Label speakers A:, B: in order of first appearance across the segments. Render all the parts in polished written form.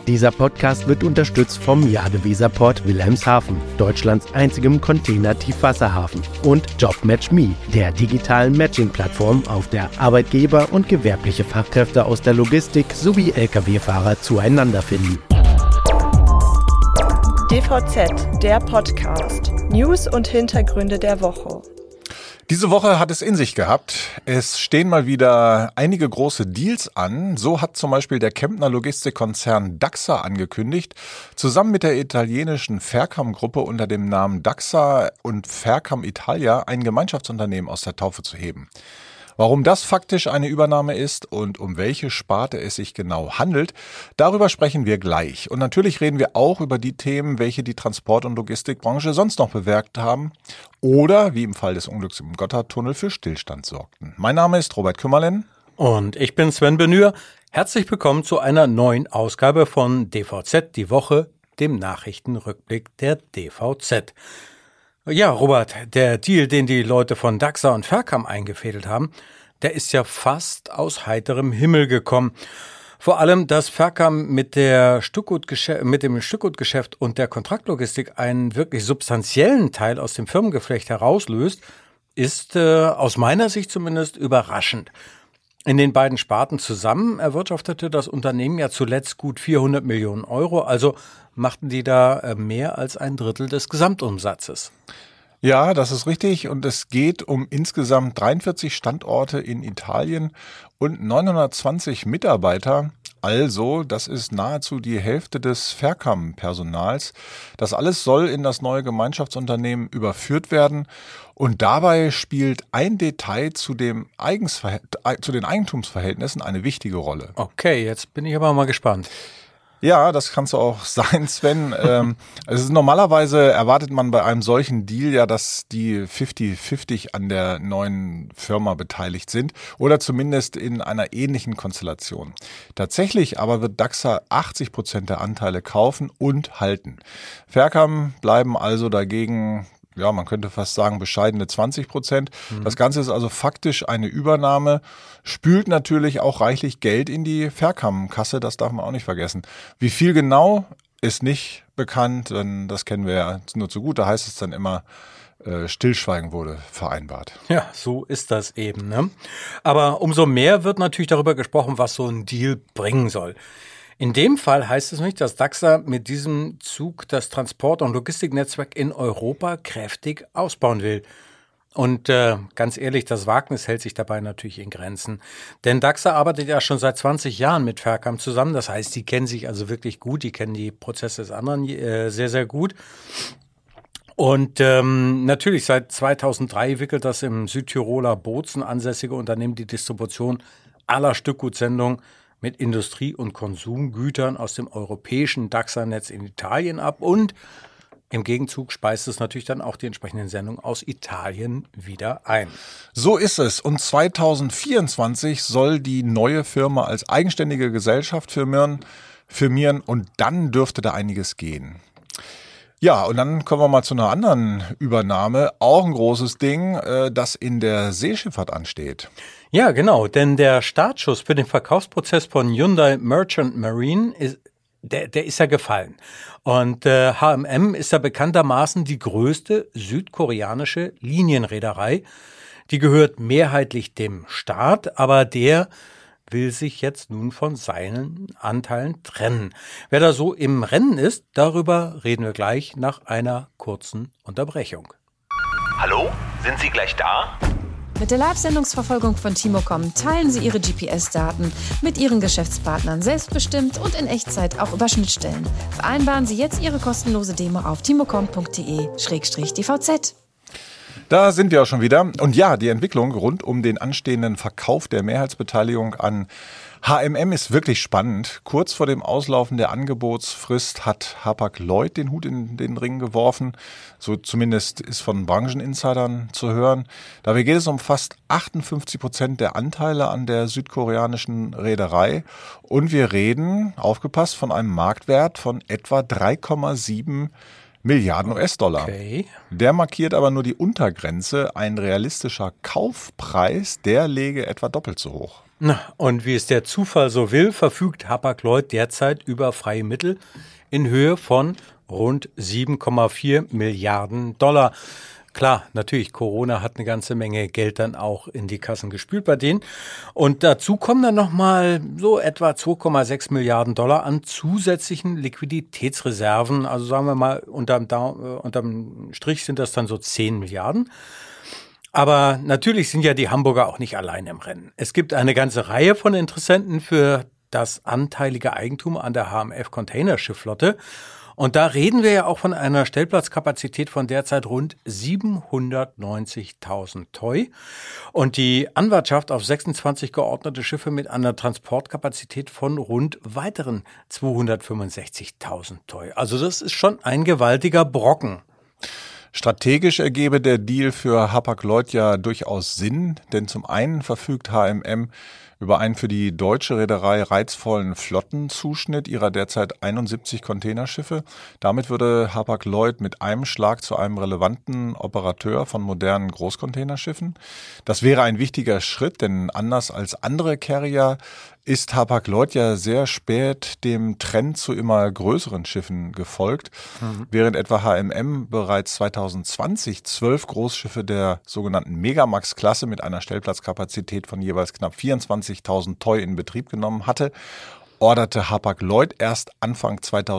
A: Dieser Podcast wird unterstützt vom Jadeweserport Wilhelmshaven, Deutschlands einzigem Container-Tiefwasserhafen, und JobMatchMe, der digitalen Matching-Plattform, auf der Arbeitgeber und gewerbliche Fachkräfte aus der Logistik sowie Lkw-Fahrer zueinander finden.
B: DVZ, der Podcast. News und Hintergründe der Woche.
C: Diese Woche hat es in sich gehabt. Es stehen mal wieder einige große Deals an. So hat zum Beispiel der Kemptner Logistikkonzern Dachsa angekündigt, zusammen mit der italienischen Fercam-Gruppe unter dem Namen Dachsa und Fercam Italia ein Gemeinschaftsunternehmen aus der Taufe zu heben. Warum das faktisch eine Übernahme ist und um welche Sparte es sich genau handelt, darüber sprechen wir gleich. Und natürlich reden wir auch über die Themen, welche die Transport- und Logistikbranche sonst noch bewirkt haben oder, wie im Fall des Unglücks im Gotthardtunnel, für Stillstand sorgten. Mein Name ist Robert Kümmerlen.
D: Und ich bin Sven Benür. Herzlich willkommen zu einer neuen Ausgabe von DVZ, die Woche, dem Nachrichtenrückblick der DVZ. Ja, Robert, der Deal, den die Leute von Dachsa und Fercam eingefädelt haben, der ist ja fast aus heiterem Himmel gekommen. Vor allem, dass Fercam mit dem Stückgutgeschäft und der Kontraktlogistik einen wirklich substanziellen Teil aus dem Firmengeflecht herauslöst, ist aus meiner Sicht zumindest überraschend. In den beiden Sparten zusammen erwirtschaftete das Unternehmen ja zuletzt gut 400 Millionen Euro, also machten die da mehr als ein Drittel des Gesamtumsatzes.
C: Ja, das ist richtig, und es geht um insgesamt 43 Standorte in Italien und 920 Mitarbeiter. Also, das ist nahezu die Hälfte des Fercam-Personals. Das alles soll in das neue Gemeinschaftsunternehmen überführt werden. Und dabei spielt ein Detail zu den Eigentumsverhältnissen eine wichtige Rolle.
D: Okay, jetzt bin ich aber mal gespannt.
C: Ja, das kannst du auch sein, Sven. Es ist normalerweise erwartet man bei einem solchen Deal ja, dass die 50-50 an der neuen Firma beteiligt sind oder zumindest in einer ähnlichen Konstellation. Tatsächlich aber wird Dachsa 80% der Anteile kaufen und halten. Fercam bleiben also dagegen, ja, man könnte fast sagen, bescheidene 20%. Das Ganze ist also faktisch eine Übernahme, spült natürlich auch reichlich Geld in die Fercam-Kasse, das darf man auch nicht vergessen. Wie viel genau, ist nicht bekannt, denn das kennen wir ja nur zu gut. Da heißt es dann immer, Stillschweigen wurde vereinbart.
D: Ja, so ist das eben, ne? Aber umso mehr wird natürlich darüber gesprochen, was so ein Deal bringen soll. In dem Fall heißt es nicht, dass Dachsa mit diesem Zug das Transport- und Logistiknetzwerk in Europa kräftig ausbauen will. Und ganz ehrlich, das Wagnis hält sich dabei natürlich in Grenzen. Denn Dachsa arbeitet ja schon seit 20 Jahren mit Fercam zusammen. Das heißt, die kennen sich also wirklich gut, die kennen die Prozesse des anderen sehr, sehr gut. Und natürlich seit 2003 wickelt das im Südtiroler Bozen ansässige Unternehmen die Distribution aller Stückgutsendungen mit Industrie- und Konsumgütern aus dem europäischen Dachsa-Netz in Italien ab, und im Gegenzug speist es natürlich dann auch die entsprechenden Sendungen aus Italien wieder ein.
C: So ist es, und 2024 soll die neue Firma als eigenständige Gesellschaft firmieren, und dann dürfte da einiges gehen. Ja, und dann kommen wir mal zu einer anderen Übernahme, auch ein großes Ding, das in der Seeschifffahrt ansteht.
D: Ja, genau, denn der Startschuss für den Verkaufsprozess von Hyundai Merchant Marine ist ja gefallen. Und HMM ist ja bekanntermaßen die größte südkoreanische Linienreederei. Die gehört mehrheitlich dem Staat, aber der will sich jetzt nun von seinen Anteilen trennen. Wer da so im Rennen ist, darüber reden wir gleich nach einer kurzen Unterbrechung.
E: Hallo, sind Sie gleich da?
F: Mit der Live-Sendungsverfolgung von Timocom teilen Sie Ihre GPS-Daten mit Ihren Geschäftspartnern selbstbestimmt und in Echtzeit auch über Schnittstellen. Vereinbaren Sie jetzt Ihre kostenlose Demo auf timocom.de/dvz.
C: Da sind wir auch schon wieder. Und ja, die Entwicklung rund um den anstehenden Verkauf der Mehrheitsbeteiligung an HMM ist wirklich spannend. Kurz vor dem Auslaufen der Angebotsfrist hat Hapag-Lloyd den Hut in den Ring geworfen. So zumindest ist von Brancheninsidern zu hören. Dabei geht es um fast 58% der Anteile an der südkoreanischen Reederei. Und wir reden, aufgepasst, von einem Marktwert von etwa 3,7 Milliarden US-Dollar.
D: Okay.
C: Der markiert aber nur die Untergrenze. Ein realistischer Kaufpreis, der läge etwa doppelt so hoch.
D: Na, und wie es der Zufall so will, verfügt Hapag-Lloyd derzeit über freie Mittel in Höhe von rund 7,4 Milliarden Dollar. Klar, natürlich, Corona hat eine ganze Menge Geld dann auch in die Kassen gespült bei denen. Und dazu kommen dann nochmal so etwa 2,6 Milliarden Dollar an zusätzlichen Liquiditätsreserven. Also sagen wir mal, unterm Strich sind das dann so 10 Milliarden. Aber natürlich sind ja die Hamburger auch nicht allein im Rennen. Es gibt eine ganze Reihe von Interessenten für das anteilige Eigentum an der HMF-Containerschiffflotte. Und da reden wir ja auch von einer Stellplatzkapazität von derzeit rund 790.000 Toy und die Anwartschaft auf 26 geordnete Schiffe mit einer Transportkapazität von rund weiteren 265.000 Toy. Also das ist schon ein gewaltiger Brocken.
C: Strategisch ergebe der Deal für Hapag-Lloyd ja durchaus Sinn, denn zum einen verfügt HMM über einen für die deutsche Reederei reizvollen Flottenzuschnitt ihrer derzeit 71 Containerschiffe. Damit würde Hapag-Lloyd mit einem Schlag zu einem relevanten Operateur von modernen Großcontainerschiffen. Das wäre ein wichtiger Schritt, denn anders als andere Carrier ist Hapag-Lloyd ja sehr spät dem Trend zu immer größeren Schiffen gefolgt, während etwa HMM bereits 2020 12 Großschiffe der sogenannten Megamax-Klasse mit einer Stellplatzkapazität von jeweils knapp 24.000 Toy in Betrieb genommen hatte, orderte Hapag-Lloyd erst Anfang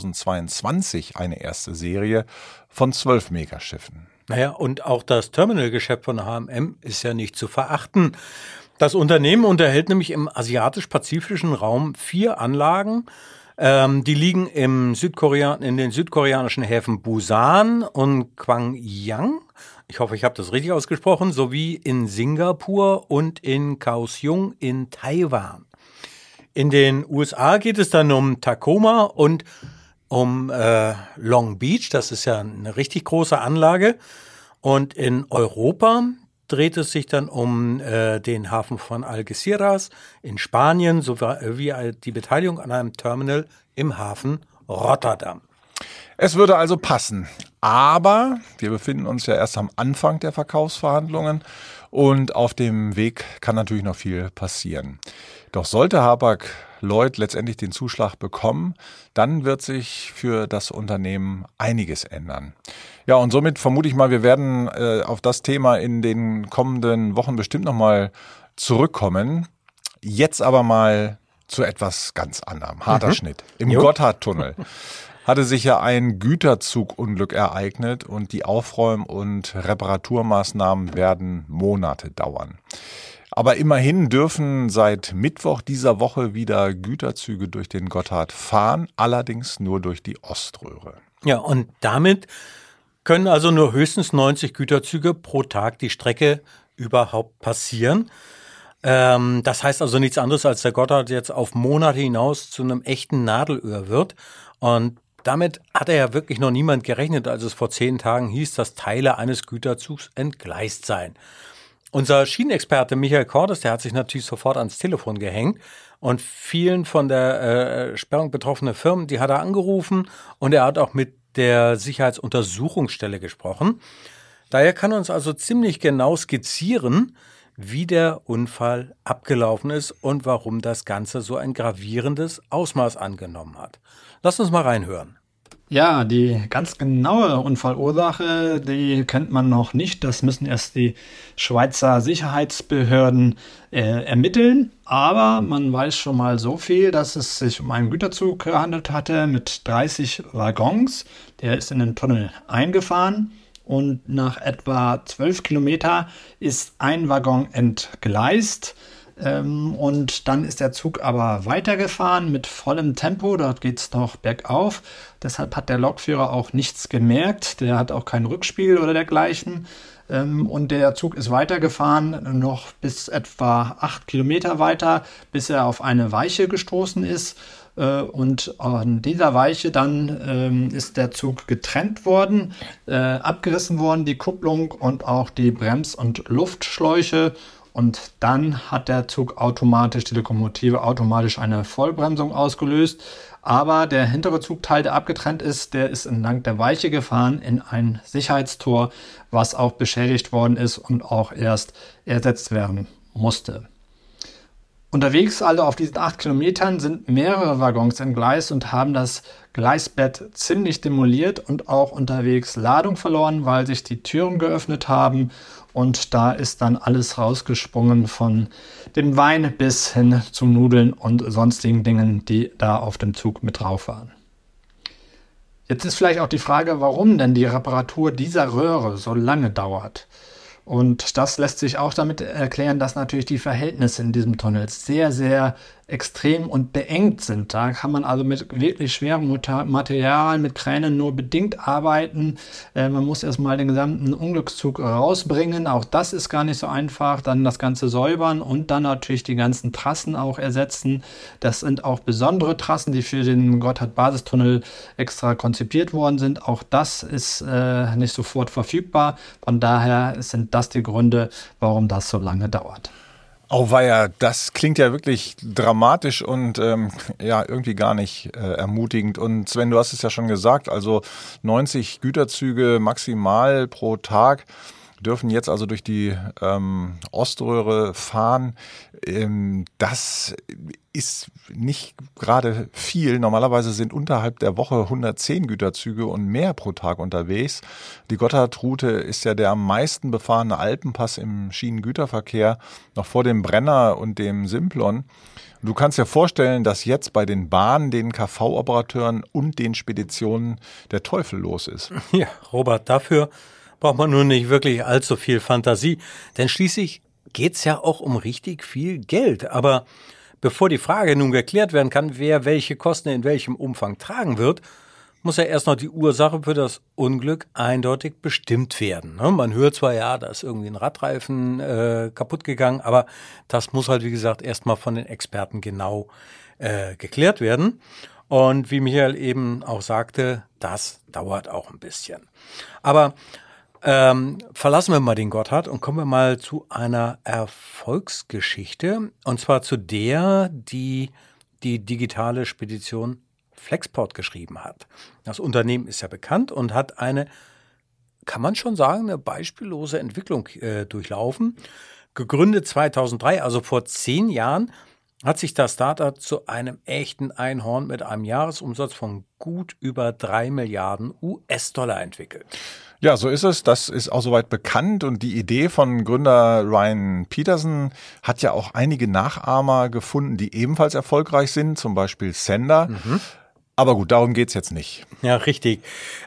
C: 2022 eine erste Serie von 12 Megaschiffen.
D: Naja, und auch das Terminalgeschäft von HMM ist ja nicht zu verachten. Das Unternehmen unterhält nämlich im asiatisch-pazifischen Raum 4 Anlagen. Die liegen in den südkoreanischen Häfen Busan und Gwangyang. Ich hoffe, ich habe das richtig ausgesprochen. Sowie in Singapur und in Kaohsiung in Taiwan. In den USA geht es dann um Tacoma und um Long Beach. Das ist ja eine richtig große Anlage. Und in Europa dreht es sich dann um den Hafen von Algeciras in Spanien sowie die Beteiligung an einem Terminal im Hafen Rotterdam.
C: Es würde also passen, aber wir befinden uns ja erst am Anfang der Verkaufsverhandlungen und auf dem Weg kann natürlich noch viel passieren. Doch sollte Hapag-Lloyd letztendlich den Zuschlag bekommen, dann wird sich für das Unternehmen einiges ändern. Ja, und somit vermute ich mal, wir werden auf das Thema in den kommenden Wochen bestimmt nochmal zurückkommen. Jetzt aber mal zu etwas ganz anderem. Harter Schnitt. Im Gotthardtunnel hatte sich ja ein Güterzugunglück ereignet und die Aufräum- und Reparaturmaßnahmen werden Monate dauern. Aber immerhin dürfen seit Mittwoch dieser Woche wieder Güterzüge durch den Gotthard fahren, allerdings nur durch die Oströhre.
D: Ja, und damit können also nur höchstens 90 Güterzüge pro Tag die Strecke überhaupt passieren. Das heißt also nichts anderes, als der Gotthard jetzt auf Monate hinaus zu einem echten Nadelöhr wird. Und damit hat ja wirklich noch niemand gerechnet, als es vor 10 Tagen hieß, dass Teile eines Güterzugs entgleist seien. Unser Schienenexperte Michael Cordes, der hat sich natürlich sofort ans Telefon gehängt und vielen von der Sperrung betroffenen Firmen, die hat er angerufen und er hat auch mit der Sicherheitsuntersuchungsstelle gesprochen. Daher kann uns also ziemlich genau skizzieren, wie der Unfall abgelaufen ist und warum das Ganze so ein gravierendes Ausmaß angenommen hat. Lass uns mal reinhören.
G: Ja, die ganz genaue Unfallursache, die kennt man noch nicht. Das müssen erst die Schweizer Sicherheitsbehörden ermitteln. Aber man weiß schon mal so viel, dass es sich um einen Güterzug gehandelt hatte mit 30 Waggons. Der ist in den Tunnel eingefahren und nach etwa 12 Kilometer ist ein Waggon entgleist. Und dann ist der Zug aber weitergefahren mit vollem Tempo, dort geht es noch bergauf. Deshalb hat der Lokführer auch nichts gemerkt, der hat auch kein Rückspiegel oder dergleichen. Und der Zug ist weitergefahren, noch bis etwa 8 Kilometer weiter, bis er auf eine Weiche gestoßen ist. Und an dieser Weiche dann ist der Zug getrennt worden, abgerissen worden, die Kupplung und auch die Brems- und Luftschläuche. Und dann hat der Zug die Lokomotive automatisch eine Vollbremsung ausgelöst. Aber der hintere Zugteil, der abgetrennt ist, der ist entlang der Weiche gefahren in ein Sicherheitstor, was auch beschädigt worden ist und auch erst ersetzt werden musste. Unterwegs, also auf diesen 8 Kilometern, sind mehrere Waggons entgleist und haben das Gleisbett ziemlich demoliert und auch unterwegs Ladung verloren, weil sich die Türen geöffnet haben. Und da ist dann alles rausgesprungen, von dem Wein bis hin zu Nudeln und sonstigen Dingen, die da auf dem Zug mit drauf waren. Jetzt ist vielleicht auch die Frage, warum denn die Reparatur dieser Röhre so lange dauert. Und das lässt sich auch damit erklären, dass natürlich die Verhältnisse in diesem Tunnel sehr, sehr extrem und beengt sind. Da kann man also mit wirklich schwerem Material, mit Kränen nur bedingt arbeiten. Man muss erstmal den gesamten Unglückszug rausbringen. Auch das ist gar nicht so einfach. Dann das Ganze säubern und dann natürlich die ganzen Trassen auch ersetzen. Das sind auch besondere Trassen, die für den Gotthard-Basistunnel extra konzipiert worden sind. Auch das ist nicht sofort verfügbar. Von daher sind das die Gründe, warum das so lange dauert.
C: Auweia, das klingt ja wirklich dramatisch und irgendwie gar nicht ermutigend. Und Sven, du hast es ja schon gesagt, also 90 Güterzüge maximal pro Tag dürfen jetzt also durch die Oströhre fahren. Das ist nicht gerade viel. Normalerweise sind unterhalb der Woche 110 Güterzüge und mehr pro Tag unterwegs. Die Gotthardroute ist ja der am meisten befahrene Alpenpass im Schienengüterverkehr, noch vor dem Brenner und dem Simplon. Du kannst dir vorstellen, dass jetzt bei den Bahnen, den KV-Operateuren und den Speditionen der Teufel los ist.
D: Ja, Robert, dafür braucht man nun nicht wirklich allzu viel Fantasie, denn schließlich geht's ja auch um richtig viel Geld. Aber bevor die Frage nun geklärt werden kann, wer welche Kosten in welchem Umfang tragen wird, muss ja erst noch die Ursache für das Unglück eindeutig bestimmt werden. Man hört zwar, ja, da ist irgendwie ein Radreifen kaputt gegangen, aber das muss halt, wie gesagt, erstmal von den Experten genau geklärt werden. Und wie Michael eben auch sagte, das dauert auch ein bisschen. Aber verlassen wir mal den Gotthard und kommen wir mal zu einer Erfolgsgeschichte. Und zwar zu der, die digitale Spedition Flexport geschrieben hat. Das Unternehmen ist ja bekannt und hat eine, kann man schon sagen, eine beispiellose Entwicklung durchlaufen. Gegründet 2003, also vor 10 Jahren, hat sich das Startup zu einem echten Einhorn mit einem Jahresumsatz von gut über 3 Milliarden US-Dollar entwickelt.
C: Ja, so ist es. Das ist auch soweit bekannt. Und die Idee von Gründer Ryan Peterson hat ja auch einige Nachahmer gefunden, die ebenfalls erfolgreich sind, zum Beispiel Sender. Aber gut, darum geht's jetzt nicht.
D: Ja, richtig.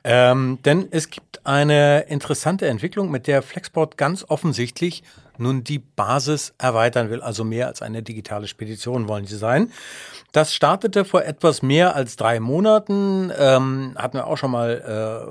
D: Denn es gibt eine interessante Entwicklung, mit der Flexport ganz offensichtlich nun die Basis erweitern will, also mehr als eine digitale Spedition wollen sie sein. Das startete vor etwas mehr als 3 Monaten, hatten wir auch schon mal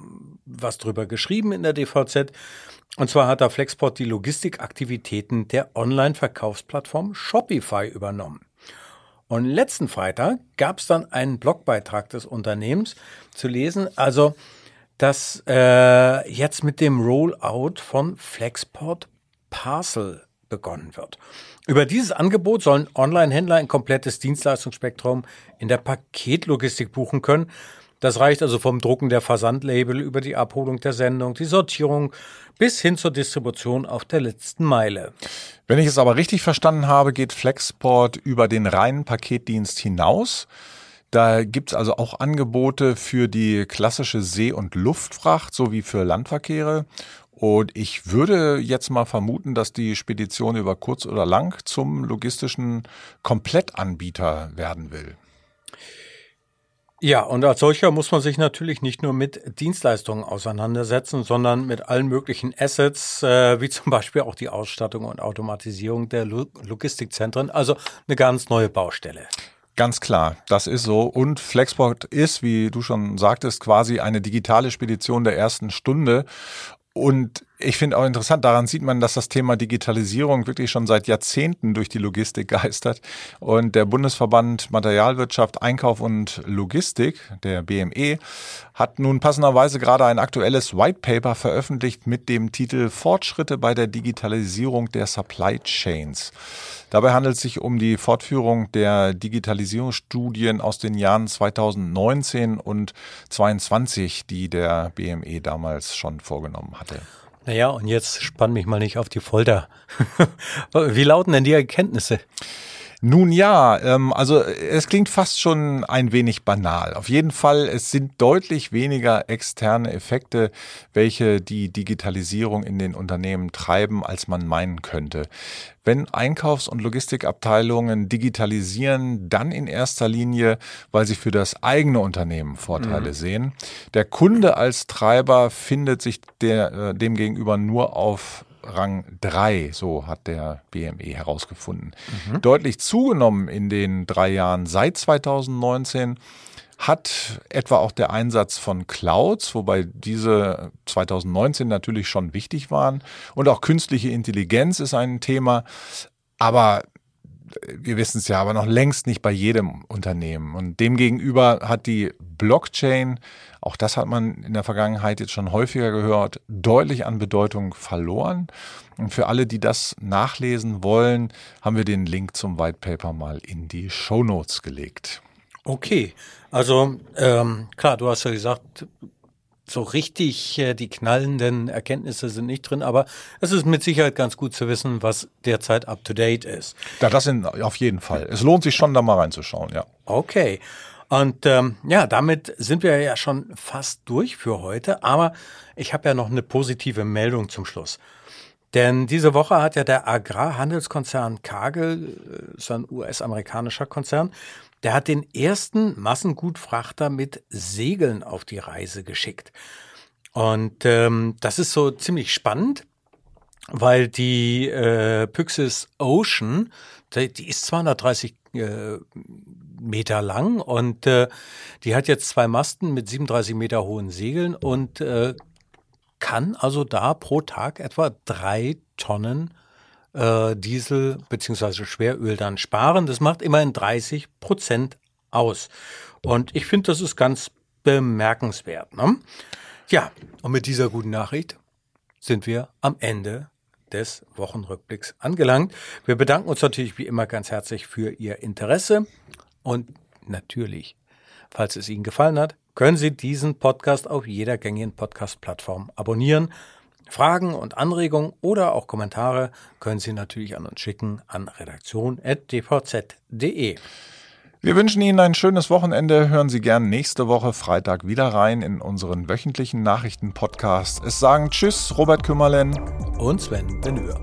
D: was drüber geschrieben in der DVZ. Und zwar hat da Flexport die Logistikaktivitäten der Online-Verkaufsplattform Shopify übernommen. Und letzten Freitag gab es dann einen Blogbeitrag des Unternehmens zu lesen, also dass jetzt mit dem Rollout von Flexport Parcel begonnen wird. Über dieses Angebot sollen Online-Händler ein komplettes Dienstleistungsspektrum in der Paketlogistik buchen können. Das reicht also vom Drucken der Versandlabel über die Abholung der Sendung, die Sortierung bis hin zur Distribution auf der letzten Meile.
C: Wenn ich es aber richtig verstanden habe, geht Flexport über den reinen Paketdienst hinaus. Da gibt's also auch Angebote für die klassische See- und Luftfracht sowie für Landverkehre. Und ich würde jetzt mal vermuten, dass die Spedition über kurz oder lang zum logistischen Komplettanbieter werden will.
D: Ja, und als solcher muss man sich natürlich nicht nur mit Dienstleistungen auseinandersetzen, sondern mit allen möglichen Assets, wie zum Beispiel auch die Ausstattung und Automatisierung der Logistikzentren. Also eine ganz neue Baustelle.
C: Ganz klar, das ist so. Und Flexport ist, wie du schon sagtest, quasi eine digitale Spedition der ersten Stunde. Und Ich finde auch interessant, daran sieht man, dass das Thema Digitalisierung wirklich schon seit Jahrzehnten durch die Logistik geistert. Und der Bundesverband Materialwirtschaft, Einkauf und Logistik, der BME, hat nun passenderweise gerade ein aktuelles White Paper veröffentlicht mit dem Titel Fortschritte bei der Digitalisierung der Supply Chains. Dabei handelt es sich um die Fortführung der Digitalisierungsstudien aus den Jahren 2019 und 2022, die der BME damals schon vorgenommen hatte.
D: Naja, und jetzt spann mich mal nicht auf die Folter. Wie lauten denn die Erkenntnisse?
C: Nun ja, also es klingt fast schon ein wenig banal. Auf jeden Fall, es sind deutlich weniger externe Effekte, welche die Digitalisierung in den Unternehmen treiben, als man meinen könnte. Wenn Einkaufs- und Logistikabteilungen digitalisieren, dann in erster Linie, weil sie für das eigene Unternehmen Vorteile sehen. Der Kunde als Treiber findet sich demgegenüber nur auf Rang 3, so hat der BME herausgefunden. Deutlich zugenommen in den 3 Jahren seit 2019 hat etwa auch der Einsatz von Clouds, wobei diese 2019 natürlich schon wichtig waren. Und auch künstliche Intelligenz ist ein Thema, aber wir wissen es ja, aber noch längst nicht bei jedem Unternehmen. Und demgegenüber hat die Blockchain, auch das hat man in der Vergangenheit jetzt schon häufiger gehört, deutlich an Bedeutung verloren. Und für alle, die das nachlesen wollen, haben wir den Link zum White Paper mal in die Shownotes gelegt.
D: Okay, also klar, du hast ja gesagt, so richtig die knallenden Erkenntnisse sind nicht drin, aber es ist mit Sicherheit ganz gut zu wissen, was derzeit up-to-date ist.
C: Ja, das sind auf jeden Fall. Es lohnt sich schon, da mal reinzuschauen, ja.
D: Okay, und ja, damit sind wir ja schon fast durch für heute, aber ich habe ja noch eine positive Meldung zum Schluss. Denn diese Woche hat ja der Agrarhandelskonzern Cargill, ist ein US-amerikanischer Konzern, der hat den ersten Massengutfrachter mit Segeln auf die Reise geschickt. Und das ist so ziemlich spannend, weil die Pyxis Ocean, die ist 230 Meter lang und die hat jetzt 2 Masten mit 37 Meter hohen Segeln und kann also da pro Tag etwa 3 Tonnen Diesel bzw. Schweröl dann sparen. Das macht immerhin 30% aus. Und ich finde, das ist ganz bemerkenswert. Ne? Ja, und mit dieser guten Nachricht sind wir am Ende des Wochenrückblicks angelangt. Wir bedanken uns natürlich wie immer ganz herzlich für Ihr Interesse. Und natürlich, falls es Ihnen gefallen hat, können Sie diesen Podcast auf jeder gängigen Podcast-Plattform abonnieren. Fragen und Anregungen oder auch Kommentare können Sie natürlich an uns schicken an redaktion@dvz.de.
C: Wir wünschen Ihnen ein schönes Wochenende. Hören Sie gern nächste Woche Freitag wieder rein in unseren wöchentlichen Nachrichten-Podcast. Es sagen Tschüss, Robert Kümmerlen
D: und Sven Benür.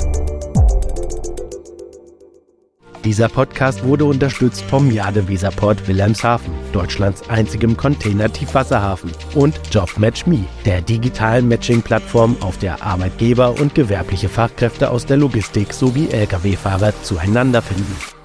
A: Dieser Podcast wurde unterstützt vom Jadeweserport Wilhelmshaven, Deutschlands einzigem Container-Tiefwasserhafen, und JobMatchMe, der digitalen Matching-Plattform, auf der Arbeitgeber und gewerbliche Fachkräfte aus der Logistik sowie Lkw-Fahrer zueinander finden.